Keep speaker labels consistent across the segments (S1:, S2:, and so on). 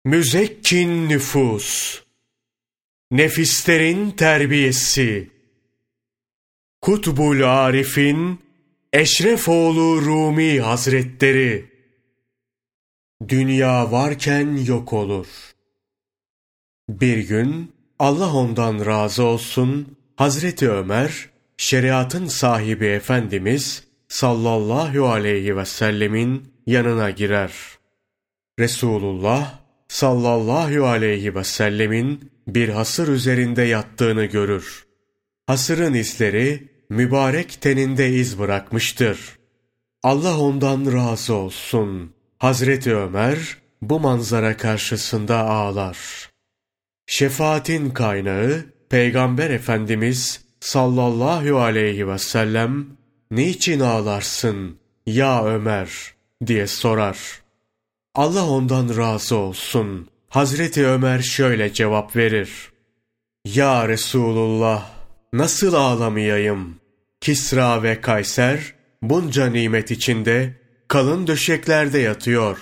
S1: Müzekkin nüfus, nefislerin terbiyesi, Kutbul Arif'in Eşrefoğlu Rumi Hazretleri, dünya varken yok olur. Bir gün Allah ondan razı olsun, Hazreti Ömer, şeriatın sahibi Efendimiz sallallahu aleyhi ve sellemin yanına girer. Resulullah sallallahu aleyhi ve sellemin bir hasır üzerinde yattığını görür. Hasırın izleri mübarek teninde iz bırakmıştır. Allah ondan razı olsun. Hazreti Ömer bu manzara karşısında ağlar. Şefaatin kaynağı Peygamber Efendimiz sallallahu aleyhi ve sellem, "Niçin ağlarsın ya Ömer?" diye sorar. Allah ondan razı olsun. Hazreti Ömer şöyle cevap verir: "Ya Resulullah, nasıl ağlamayayım? Kisra ve Kayser bunca nimet içinde kalın döşeklerde yatıyor.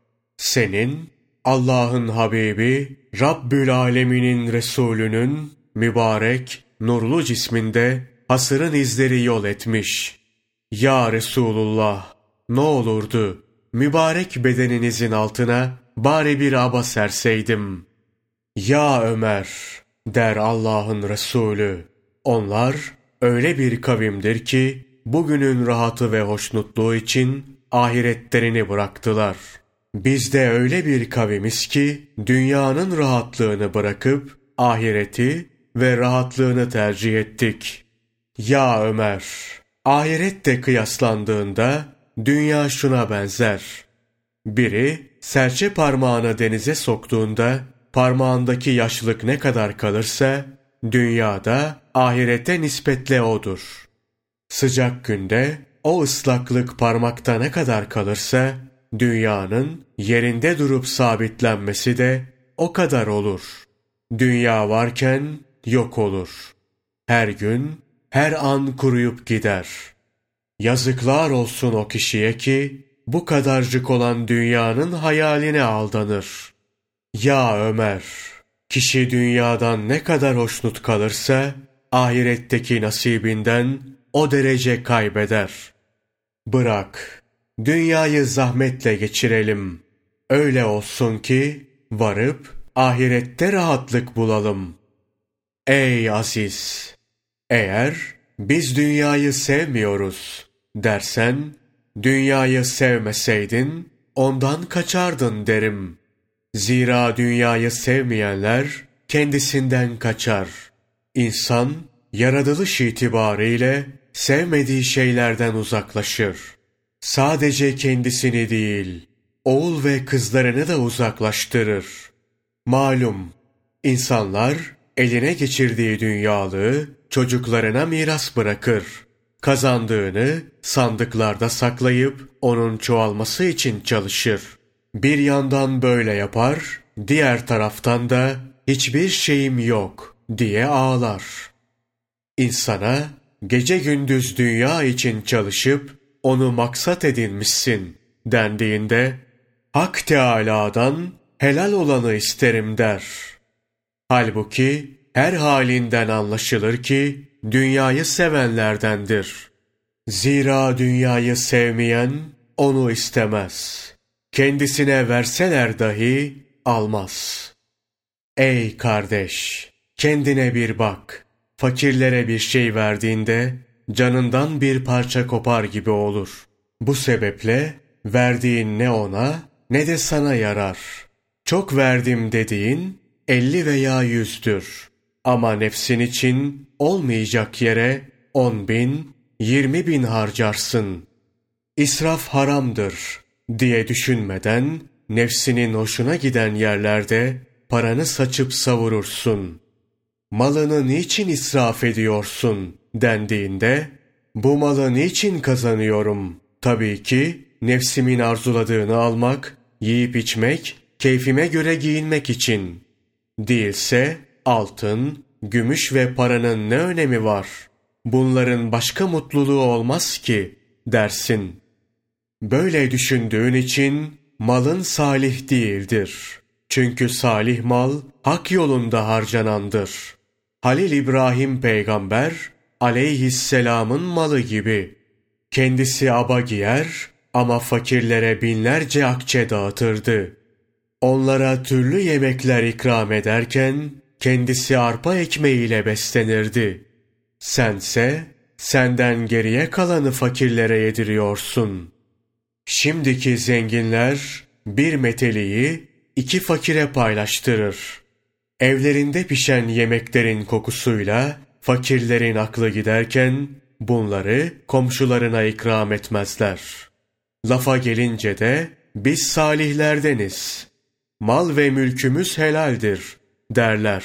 S1: Senin, Allah'ın Habibi, Rabbül Alemin'in Resulünün mübarek, nurlu cisminde hasırın izleri yol etmiş. Ya Resulullah, ne olurdu mübarek bedeninizin altına bari bir aba serseydim." "Ya Ömer," der Allah'ın Resulü, "onlar öyle bir kavimdir ki bugünün rahatı ve hoşnutluğu için ahiretlerini bıraktılar. Biz de öyle bir kavimiz ki dünyanın rahatlığını bırakıp ahireti ve rahatlığını tercih ettik. Ya Ömer, ahirette kıyaslandığında dünya şuna benzer. Biri serçe parmağını denize soktuğunda parmağındaki yaşlık ne kadar kalırsa dünyada ahirete nispetle odur. Sıcak günde o ıslaklık parmakta ne kadar kalırsa dünyanın yerinde durup sabitlenmesi de o kadar olur. Dünya varken yok olur. Her gün, her an kuruyup gider. Yazıklar olsun o kişiye ki bu kadarcık olan dünyanın hayaline aldanır. Ya Ömer, kişi dünyadan ne kadar hoşnut kalırsa ahiretteki nasibinden o derece kaybeder. Bırak, dünyayı zahmetle geçirelim. Öyle olsun ki varıp ahirette rahatlık bulalım. Ey aziz! Eğer biz dünyayı sevmiyoruz dersen, dünyayı sevmeseydin ondan kaçardın derim. Zira dünyayı sevmeyenler kendisinden kaçar. İnsan yaratılış itibariyle sevmediği şeylerden uzaklaşır. Sadece kendisini değil, oğul ve kızlarını da uzaklaştırır. Malum, insanlar eline geçirdiği dünyalığı çocuklarına miras bırakır. Kazandığını sandıklarda saklayıp onun çoğalması için çalışır. Bir yandan böyle yapar, diğer taraftan da hiçbir şeyim yok diye ağlar. İnsana gece gündüz dünya için çalışıp onu maksat edinmişsin dendiğinde Hak Teâlâ'dan helal olanı isterim der. Halbuki her halinden anlaşılır ki dünyayı sevenlerdendir. Zira dünyayı sevmeyen onu istemez. Kendisine verseler dahi almaz. Ey kardeş! Kendine bir bak. Fakirlere bir şey verdiğinde canından bir parça kopar gibi olur. Bu sebeple verdiğin ne ona ne de sana yarar. Çok verdim dediğin 50 veya 100'dür. Ama nefsin için olmayacak yere 10.000, 20.000 harcarsın. İsraf haramdır diye düşünmeden nefsinin hoşuna giden yerlerde paranı saçıp savurursun. Malını niçin israf ediyorsun dendiğinde, bu malı niçin kazanıyorum? Tabii ki nefsimin arzuladığını almak, yiyip içmek, keyfime göre giyinmek için. Değilse altın, gümüş ve paranın ne önemi var? Bunların başka mutluluğu olmaz ki dersin. Böyle düşündüğün için malın salih değildir. Çünkü salih mal hak yolunda harcanandır. Halil İbrahim peygamber aleyhisselamın malı gibi. Kendisi aba giyer ama fakirlere binlerce akçe dağıtırdı. Onlara türlü yemekler ikram ederken kendisi arpa ekmeğiyle beslenirdi. Sense senden geriye kalanı fakirlere yediriyorsun. Şimdiki zenginler bir meteliği iki fakire paylaştırır. Evlerinde pişen yemeklerin kokusuyla fakirlerin aklı giderken bunları komşularına ikram etmezler. Lafa gelince de biz salihlerdeniz, mal ve mülkümüz helaldir derler.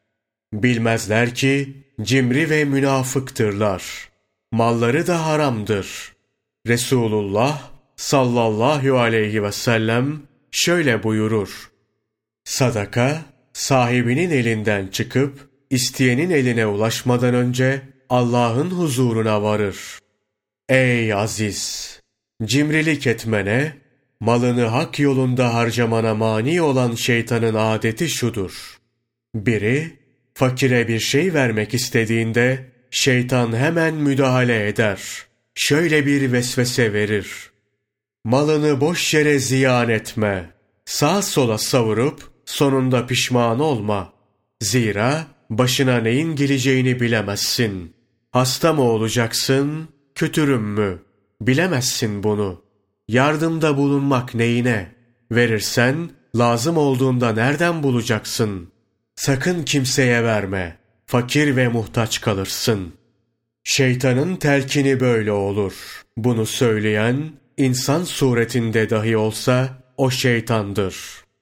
S1: Bilmezler ki cimri ve münafıktırlar. Malları da haramdır. Resulullah sallallahu aleyhi ve sellem şöyle buyurur: sadaka, sahibinin elinden çıkıp isteyenin eline ulaşmadan önce Allah'ın huzuruna varır. Ey aziz! Cimrilik etmene, malını hak yolunda harcamana mani olan şeytanın adeti şudur. Biri, fakire bir şey vermek istediğinde şeytan hemen müdahale eder. Şöyle bir vesvese verir: malını boş yere ziyan etme. Sağa sola savurup sonunda pişman olma. Zira başına neyin geleceğini bilemezsin. Hasta mı olacaksın, kötürüm mü? Bilemezsin bunu. Yardımda bulunmak neyine? Verirsen lazım olduğunda nereden bulacaksın? Sakın kimseye verme. Fakir ve muhtaç kalırsın. Şeytanın telkini böyle olur. Bunu söyleyen insan suretinde dahi olsa o şeytandır.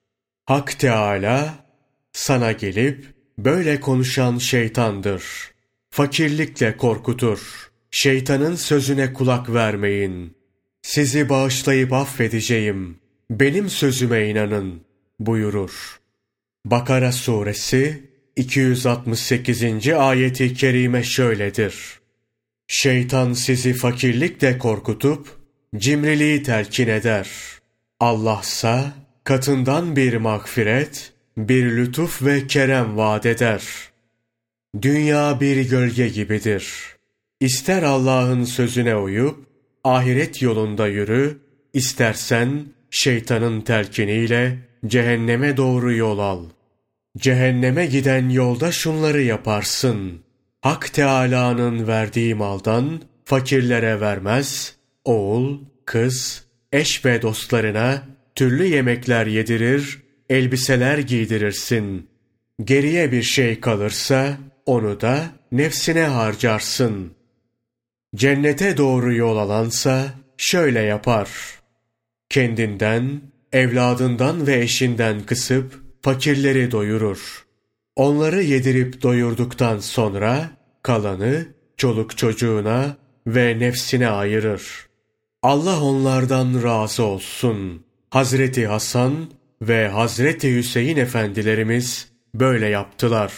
S1: Hak Teâlâ sana gelip böyle konuşan şeytandır. Fakirlikle korkutur. Şeytanın sözüne kulak vermeyin. Sizi bağışlayıp affedeceğim. Benim sözüme inanın buyurur. Bakara suresi 268. ayeti kerime şöyledir: şeytan sizi fakirlikle korkutup cimriliği telkin eder. Allah'sa katından bir mağfiret, bir lütuf ve kerem vaat eder. Dünya bir gölge gibidir. İster Allah'ın sözüne uyup ahiret yolunda yürü, istersen şeytanın telkiniyle cehenneme doğru yol al. Cehenneme giden yolda şunları yaparsın: Hak Teâlâ'nın verdiği maldan fakirlere vermez, oğul, kız, eş ve dostlarına türlü yemekler yedirir, elbiseler giydirirsin. Geriye bir şey kalırsa onu da nefsine harcarsın. Cennete doğru yol alansa şöyle yapar: kendinden, evladından ve eşinden kısıp fakirleri doyurur. Onları yedirip doyurduktan sonra kalanı çoluk çocuğuna ve nefsine ayırır. Allah onlardan razı olsun. Hazreti Hasan ve Hazreti Hüseyin efendilerimiz böyle yaptılar.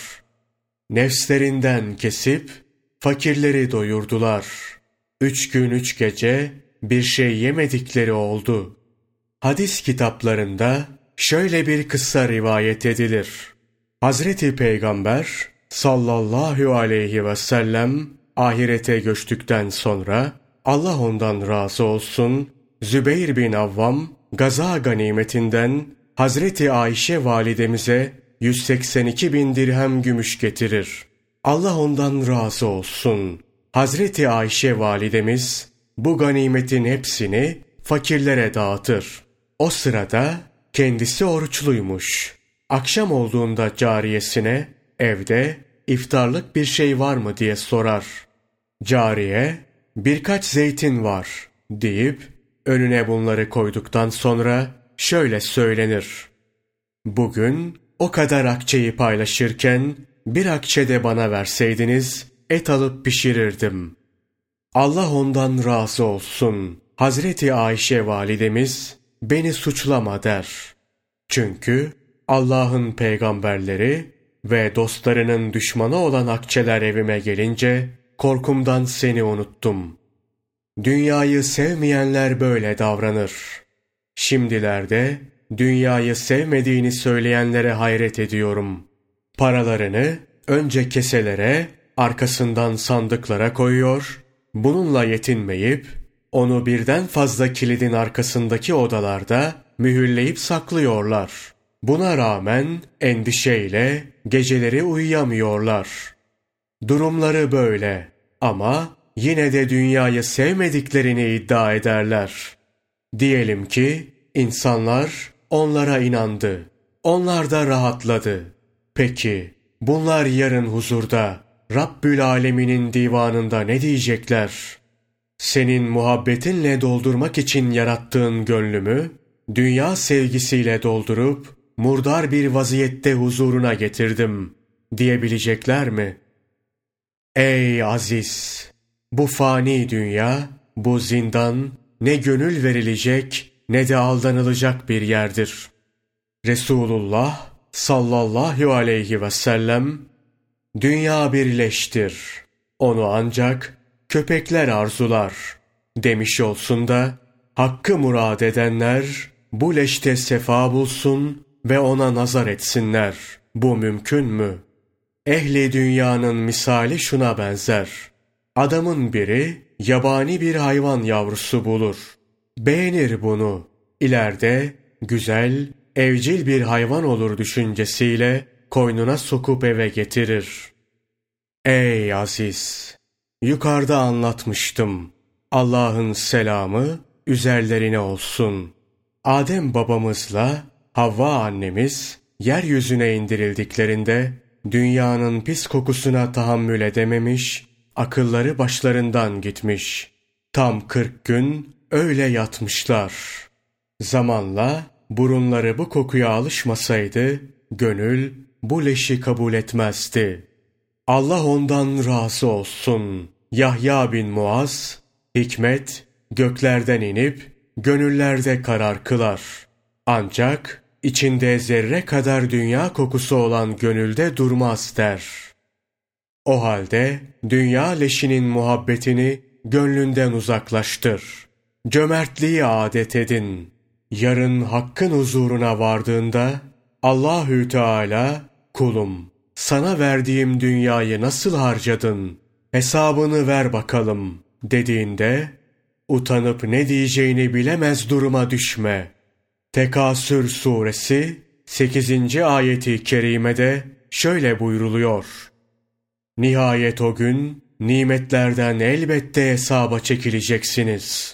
S1: Nefslerinden kesip fakirleri doyurdular. 3 gün 3 gece bir şey yemedikleri oldu. Hadis kitaplarında şöyle bir kıssa rivayet edilir. Hazreti Peygamber sallallahu aleyhi ve sellem ahirete göçtükten sonra Allah ondan razı olsun Zübeyir bin Avvam gaza ganimetinden Hazreti Ayşe validemize 182 bin dirhem gümüş getirir. Allah ondan razı olsun. Hazreti Ayşe validemiz bu ganimetin hepsini fakirlere dağıtır. O sırada kendisi oruçluymuş. Akşam olduğunda cariyesine evde iftarlık bir şey var mı diye sorar. Cariye birkaç zeytin var deyip önüne bunları koyduktan sonra şöyle söylenir: bugün o kadar akçeyi paylaşırken bir akçe de bana verseydiniz et alıp pişirirdim. Allah ondan razı olsun. Hazreti Ayşe validemiz beni suçlama der. Çünkü Allah'ın peygamberleri ve dostlarının düşmanı olan akçeler evime gelince korkumdan seni unuttum. Dünyayı sevmeyenler böyle davranır. Şimdilerde dünyayı sevmediğini söyleyenlere hayret ediyorum. Paralarını önce keselere, arkasından sandıklara koyuyor, bununla yetinmeyip onu birden fazla kilidin arkasındaki odalarda mühürleyip saklıyorlar. Buna rağmen endişeyle geceleri uyuyamıyorlar. Durumları böyle ama yine de dünyayı sevmediklerini iddia ederler. Diyelim ki insanlar onlara inandı. Onlar da rahatladı. Peki bunlar yarın huzurda Rabbül Alemin'in divanında ne diyecekler? Senin muhabbetinle doldurmak için yarattığın gönlümü dünya sevgisiyle doldurup murdar bir vaziyette huzuruna getirdim diyebilecekler mi? Ey aziz! Bu fani dünya, bu zindan ne gönül verilecek ne de aldanılacak bir yerdir. Resulullah sallallahu aleyhi ve sellem, dünya bir leştir, onu ancak köpekler arzular demiş olsun da, hakkı murad edenler bu leşte sefa bulsun ve ona nazar etsinler. Bu mümkün mü? Ehli dünyanın misali şuna benzer. Adamın biri yabani bir hayvan yavrusu bulur. Beğenir bunu. İleride güzel, evcil bir hayvan olur düşüncesiyle koynuna sokup eve getirir. Ey aziz! Yukarıda anlatmıştım. Allah'ın selamı üzerlerine olsun. Adem babamızla Havva annemiz yeryüzüne indirildiklerinde dünyanın pis kokusuna tahammül edememiş, akılları başlarından gitmiş. Tam 40 gün öyle yatmışlar. Zamanla burunları bu kokuya alışmasaydı, gönül bu leşi kabul etmezdi. Allah ondan razı olsun. Yahya bin Muaz, hikmet göklerden inip gönüllerde karar kılar. Ancak içinde zerre kadar dünya kokusu olan gönülde durmaz der. O halde dünya leşinin muhabbetini gönlünden uzaklaştır. Cömertliği adet edin. Yarın hakkın huzuruna vardığında Allahü Teala, kulum sana verdiğim dünyayı nasıl harcadın? Hesabını ver bakalım dediğinde utanıp ne diyeceğini bilemez duruma düşme. Tekasür suresi 8. ayeti kerimede şöyle buyruluyor. Nihayet o gün nimetlerden elbette hesaba çekileceksiniz.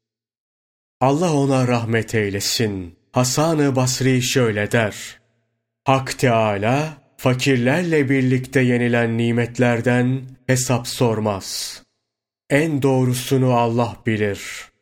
S1: Allah ona rahmet eylesin. Hasan-ı Basri şöyle der. Hak Teâlâ fakirlerle birlikte yenilen nimetlerden hesap sormaz. En doğrusunu Allah bilir.